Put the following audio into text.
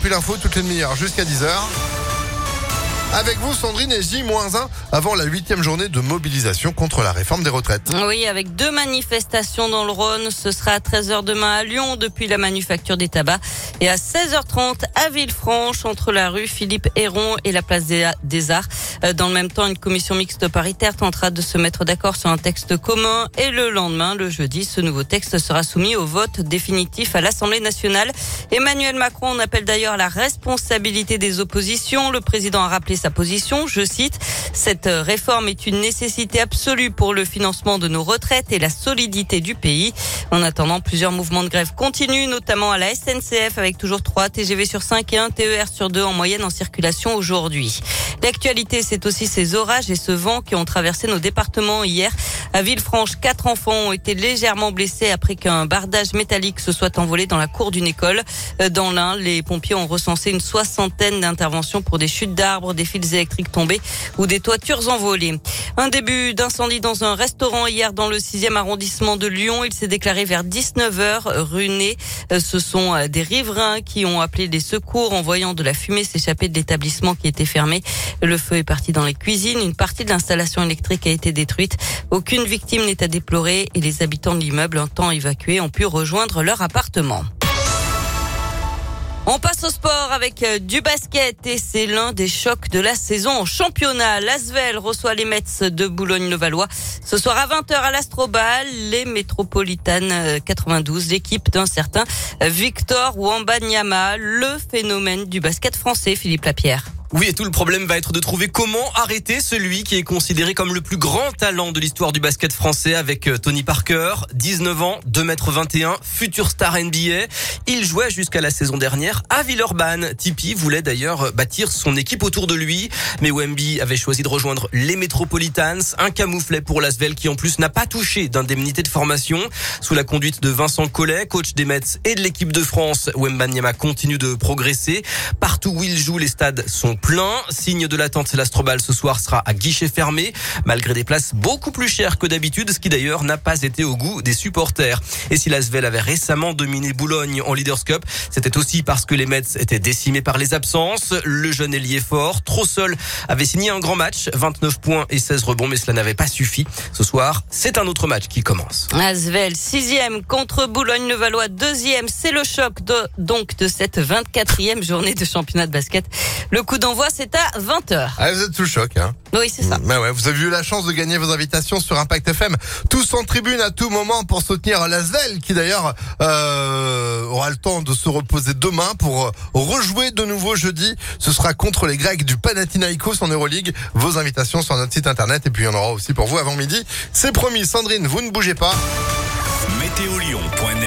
puis l'info toutes les demi-heures jusqu'à 10h. Avec vous, Sandrine, et J-1 avant la 8e journée de mobilisation contre la réforme des retraites. Oui, avec 2 manifestations dans le Rhône. Ce sera à 13h demain à Lyon, depuis la Manufacture des Tabacs, et à 16h30 à Villefranche, entre la rue Philippe Héron et la place des Arts. Dans le même temps, une commission mixte paritaire tentera de se mettre d'accord sur un texte commun. Et le lendemain, le jeudi, ce nouveau texte sera soumis au vote définitif à l'Assemblée nationale. Emmanuel Macron en appelle d'ailleurs à la responsabilité des oppositions. Le président a rappelé sa position, je cite, « Cette réforme est une nécessité absolue pour le financement de nos retraites et la solidité du pays ». En attendant, plusieurs mouvements de grève continuent, notamment à la SNCF, avec toujours 3 TGV sur 5 et 1 TER sur 2 en moyenne en circulation aujourd'hui. L'actualité, c'est aussi ces orages et ce vent qui ont traversé nos départements hier. À Villefranche, 4 enfants ont été légèrement blessés après qu'un bardage métallique se soit envolé dans la cour d'une école. Dans l'Ain, les pompiers ont recensé une 60aine d'interventions pour des chutes d'arbres, des fils électriques tombés ou des toitures envolées. Un début d'incendie dans un restaurant hier dans le 6e arrondissement de Lyon. Il s'est déclaré vers 19h rue Ney. Ce sont des riverains qui ont appelé les secours en voyant de la fumée s'échapper de l'établissement qui était fermé. Le feu est parti dans les cuisines. Une partie de l'installation électrique a été détruite. Aucune victime n'est à déplorer et les habitants de l'immeuble, un temps évacués, ont pu rejoindre leur appartement. On passe au sport avec du basket et c'est l'un des chocs de la saison en championnat. L'Asvel reçoit les Mets de Boulogne-le-Valois. Ce soir à 20h à l'Astrobal, les Métropolitanes 92, l'équipe d'un certain Victor Wembanyama, le phénomène du basket français, Philippe Lapierre. Oui, et tout le problème va être de trouver comment arrêter celui qui est considéré comme le plus grand talent de l'histoire du basket français avec Tony Parker, 19 ans, 2,21 m, futur star NBA. Il jouait jusqu'à la saison dernière à Villeurbanne. Tipeee voulait d'ailleurs bâtir son équipe autour de lui, mais Wemby avait choisi de rejoindre les Metropolitans, un camouflet pour l'Asvel qui en plus n'a pas touché d'indemnité de formation. Sous la conduite de Vincent Collet, coach des Mets et de l'équipe de France, Wembanyama continue de progresser. Partout où il joue, les stades sont plein. Signe de l'attente, l'Astrobal ce soir sera à guichet fermé, malgré des places beaucoup plus chères que d'habitude, ce qui d'ailleurs n'a pas été au goût des supporters. Et si l'Asvel avait récemment dominé Boulogne en Leaders Cup, c'était aussi parce que les Mets étaient décimés par les absences. Le jeune ailier fort, trop seul, avait signé un grand match, 29 points et 16 rebonds, mais cela n'avait pas suffi. Ce soir, c'est un autre match qui commence. Asvel, 6e contre Boulogne-le-Valois, 2e. C'est le choc de cette 24e journée de championnat de basket. Le coup d'envoi, c'est à 20h. Ah, vous êtes sous le choc, hein. Oui, c'est ça. Ouais, vous avez eu la chance de gagner vos invitations sur Impact FM. Tous en tribune à tout moment pour soutenir l'Asvel, qui d'ailleurs aura le temps de se reposer demain pour rejouer de nouveau jeudi. Ce sera contre les Grecs du Panathinaikos en Euroleague. Vos invitations sur notre site internet et puis il y en aura aussi pour vous avant midi. C'est promis. Sandrine, vous ne bougez pas. Météolion.net